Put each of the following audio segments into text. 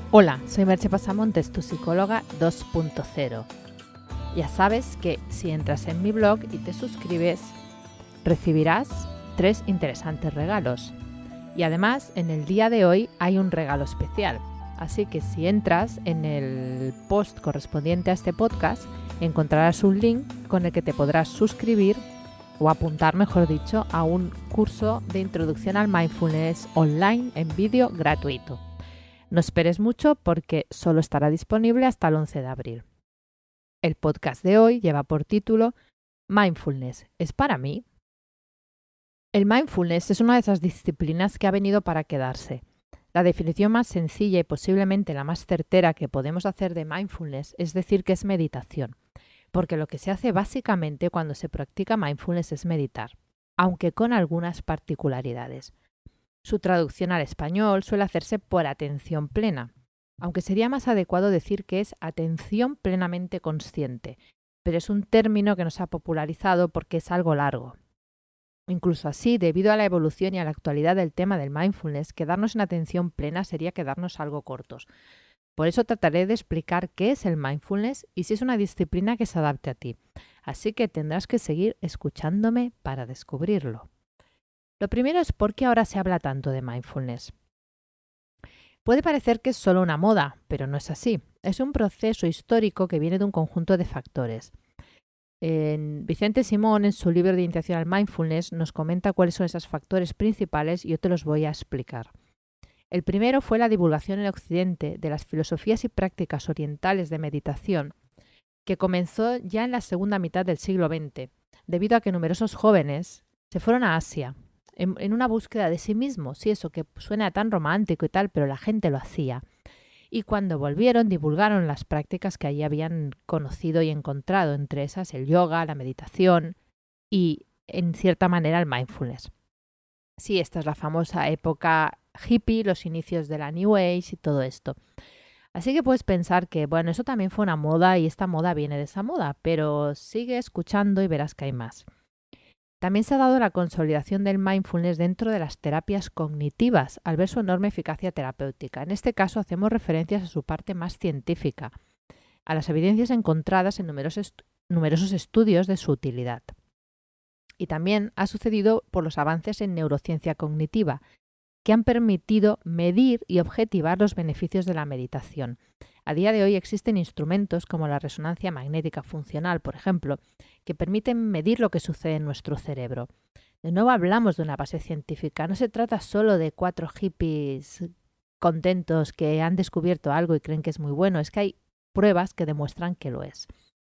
Hola, soy Merche Pasamontes, tu psicóloga 2.0. Ya sabes que si entras en mi blog y te suscribes, recibirás 3 interesantes regalos. Y además, en el día de hoy hay un regalo especial. Así que si entras en el post correspondiente a este podcast, encontrarás un link con el que te podrás suscribir o apuntar, mejor dicho, a un curso de introducción al mindfulness online en vídeo gratuito. No esperes mucho porque solo estará disponible hasta el 11 de abril. El podcast de hoy lleva por título Mindfulness, ¿es para mí? El mindfulness es una de esas disciplinas que ha venido para quedarse. La definición más sencilla y posiblemente la más certera que podemos hacer de mindfulness es decir que es meditación, porque lo que se hace básicamente cuando se practica mindfulness es meditar, aunque con algunas particularidades. Su traducción al español suele hacerse por atención plena, aunque sería más adecuado decir que es atención plenamente consciente, pero es un término que no se ha popularizado porque es algo largo. Incluso así, debido a la evolución y a la actualidad del tema del mindfulness, quedarnos en atención plena sería quedarnos algo cortos. Por eso trataré de explicar qué es el mindfulness y si es una disciplina que se adapte a ti. Así que tendrás que seguir escuchándome para descubrirlo. Lo primero es por qué ahora se habla tanto de mindfulness. Puede parecer que es solo una moda, pero no es así. Es un proceso histórico que viene de un conjunto de factores. Vicente Simón, en su libro de Iniciación al Mindfulness, nos comenta cuáles son esos factores principales y yo te los voy a explicar. El primero fue la divulgación en Occidente de las filosofías y prácticas orientales de meditación, que comenzó ya en la segunda mitad del siglo XX, debido a que numerosos jóvenes se fueron a Asia en una búsqueda de sí mismos, sí, eso que suena tan romántico y tal, pero la gente lo hacía. Y cuando volvieron, divulgaron las prácticas que allí habían conocido y encontrado, entre esas el yoga, la meditación y, en cierta manera, el mindfulness. Sí, esta es la famosa época hippie, los inicios de la New Age y todo esto. Así que puedes pensar que, bueno, eso también fue una moda y esta moda viene de esa moda, pero sigue escuchando y verás que hay más. También se ha dado la consolidación del mindfulness dentro de las terapias cognitivas, al ver su enorme eficacia terapéutica. En este caso hacemos referencias a su parte más científica, a las evidencias encontradas en numerosos estudios de su utilidad. Y también ha sucedido por los avances en neurociencia cognitiva, que han permitido medir y objetivar los beneficios de la meditación. A día de hoy existen instrumentos como la resonancia magnética funcional, por ejemplo, que permiten medir lo que sucede en nuestro cerebro. De nuevo hablamos de una base científica, no se trata solo de 4 hippies contentos que han descubierto algo y creen que es muy bueno, es que hay pruebas que demuestran que lo es.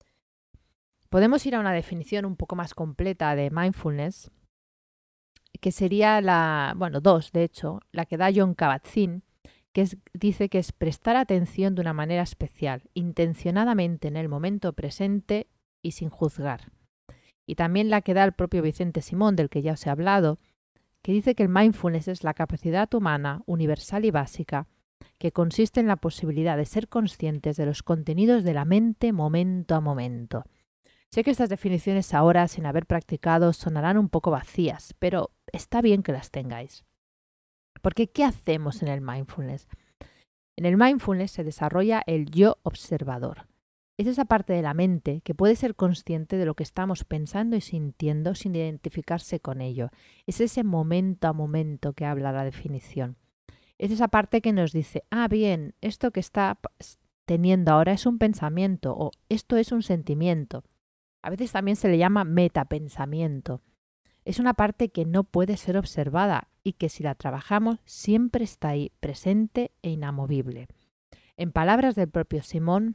Podemos ir a una definición un poco más completa de mindfulness, que sería dos de hecho, la que da Jon Kabat-Zinn, dice que es prestar atención de una manera especial, intencionadamente en el momento presente y sin juzgar. Y también la que da el propio Vicente Simón, del que ya os he hablado, que dice que el mindfulness es la capacidad humana, universal y básica, que consiste en la posibilidad de ser conscientes de los contenidos de la mente momento a momento. Sé que estas definiciones ahora, sin haber practicado, sonarán un poco vacías, pero está bien que las tengáis. Porque ¿qué hacemos en el mindfulness? En el mindfulness se desarrolla el yo observador. Es esa parte de la mente que puede ser consciente de lo que estamos pensando y sintiendo sin identificarse con ello. Es ese momento a momento que habla la definición. Es esa parte que nos dice, bien, esto que está teniendo ahora es un pensamiento o esto es un sentimiento. A veces también se le llama metapensamiento. Es una parte que no puede ser observada y que si la trabajamos siempre está ahí, presente e inamovible. En palabras del propio Simón,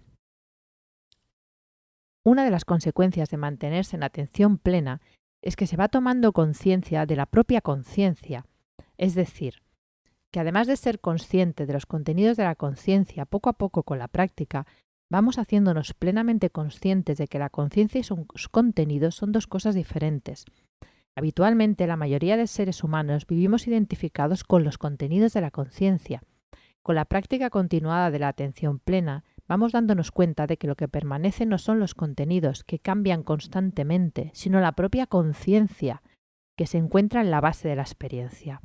una de las consecuencias de mantenerse en atención plena es que se va tomando conciencia de la propia conciencia, es decir, que además de ser consciente de los contenidos de la conciencia, poco a poco con la práctica, vamos haciéndonos plenamente conscientes de que la conciencia y sus contenidos son dos cosas diferentes. Habitualmente, la mayoría de seres humanos vivimos identificados con los contenidos de la conciencia. Con la práctica continuada de la atención plena, vamos dándonos cuenta de que lo que permanece no son los contenidos, que cambian constantemente, sino la propia conciencia, que se encuentra en la base de la experiencia.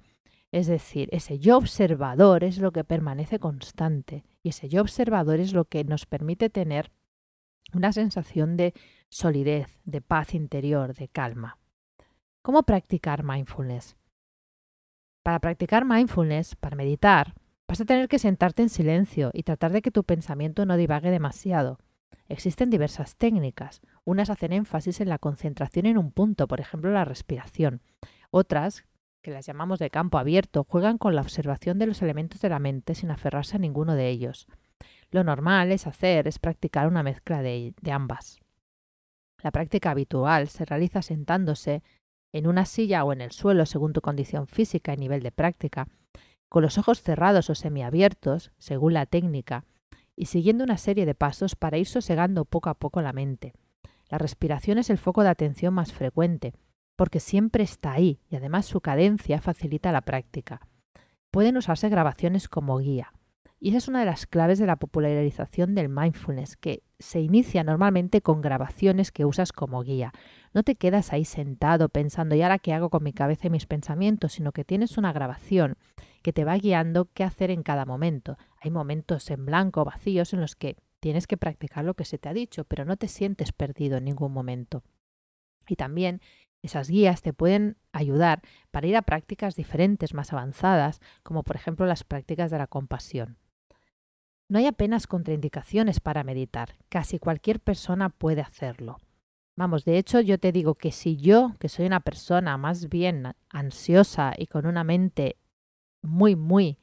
Es decir, ese yo observador es lo que permanece constante y ese yo observador es lo que nos permite tener una sensación de solidez, de paz interior, de calma. ¿Cómo practicar mindfulness? Para practicar mindfulness, para meditar, vas a tener que sentarte en silencio y tratar de que tu pensamiento no divague demasiado. Existen diversas técnicas. Unas hacen énfasis en la concentración en un punto, por ejemplo la respiración. Otras, que las llamamos de campo abierto, juegan con la observación de los elementos de la mente sin aferrarse a ninguno de ellos. Lo normal es practicar una mezcla de ambas. La práctica habitual se realiza sentándose en una silla o en el suelo según tu condición física y nivel de práctica, con los ojos cerrados o semiabiertos, según la técnica, y siguiendo una serie de pasos para ir sosegando poco a poco la mente. La respiración es el foco de atención más frecuente, porque siempre está ahí y además su cadencia facilita la práctica. Pueden usarse grabaciones como guía. Y esa es una de las claves de la popularización del mindfulness, que se inicia normalmente con grabaciones que usas como guía. No te quedas ahí sentado pensando, ¿y ahora qué hago con mi cabeza y mis pensamientos? Sino que tienes una grabación que te va guiando qué hacer en cada momento. Hay momentos en blanco, vacíos, en los que tienes que practicar lo que se te ha dicho, pero no te sientes perdido en ningún momento. Y también esas guías te pueden ayudar para ir a prácticas diferentes, más avanzadas, como por ejemplo las prácticas de la compasión. No hay apenas contraindicaciones para meditar. Casi cualquier persona puede hacerlo. Vamos, de hecho yo te digo que si yo, que soy una persona más bien ansiosa y con una mente muy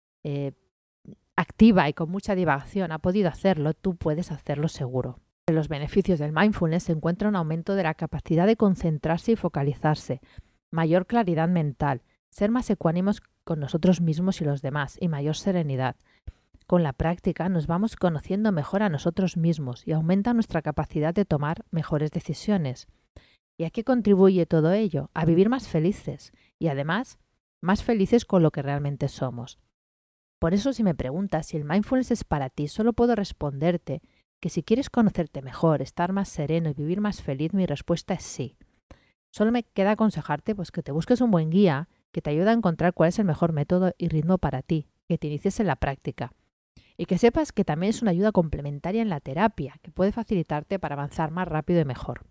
activa y con mucha divagación, ha podido hacerlo, tú puedes hacerlo seguro. Entre los beneficios del mindfulness se encuentra un aumento de la capacidad de concentrarse y focalizarse, mayor claridad mental, ser más ecuánimos con nosotros mismos y los demás y mayor serenidad. Con la práctica nos vamos conociendo mejor a nosotros mismos y aumenta nuestra capacidad de tomar mejores decisiones. ¿Y a qué contribuye todo ello? A vivir más felices y además más felices con lo que realmente somos. Por eso si me preguntas si el mindfulness es para ti, solo puedo responderte que si quieres conocerte mejor, estar más sereno y vivir más feliz, mi respuesta es sí. Solo me queda aconsejarte que te busques un buen guía que te ayude a encontrar cuál es el mejor método y ritmo para ti, que te inicies en la práctica. Y que sepas que también es una ayuda complementaria en la terapia, que puede facilitarte para avanzar más rápido y mejor.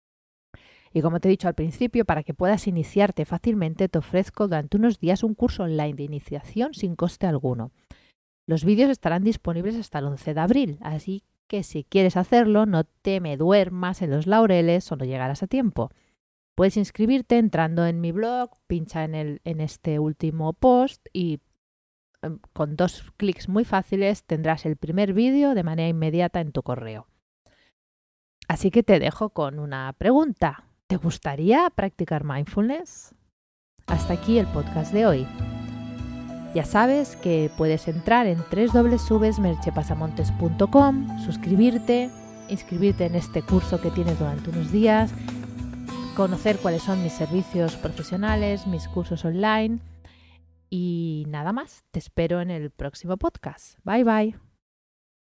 Y como te he dicho al principio, para que puedas iniciarte fácilmente, te ofrezco durante unos días un curso online de iniciación sin coste alguno. Los vídeos estarán disponibles hasta el 11 de abril, así que si quieres hacerlo, no te me duermas en los laureles o no llegarás a tiempo. Puedes inscribirte entrando en mi blog, pincha en este último post y con 2 clics muy fáciles tendrás el primer vídeo de manera inmediata en tu correo. Así que te dejo con una pregunta. ¿Te gustaría practicar mindfulness? Hasta aquí el podcast de hoy. Ya sabes que puedes entrar en www.merchepasamontes.com, suscribirte, inscribirte en este curso que tienes durante unos días, conocer cuáles son mis servicios profesionales, mis cursos online y nada más. Te espero en el próximo podcast. Bye bye.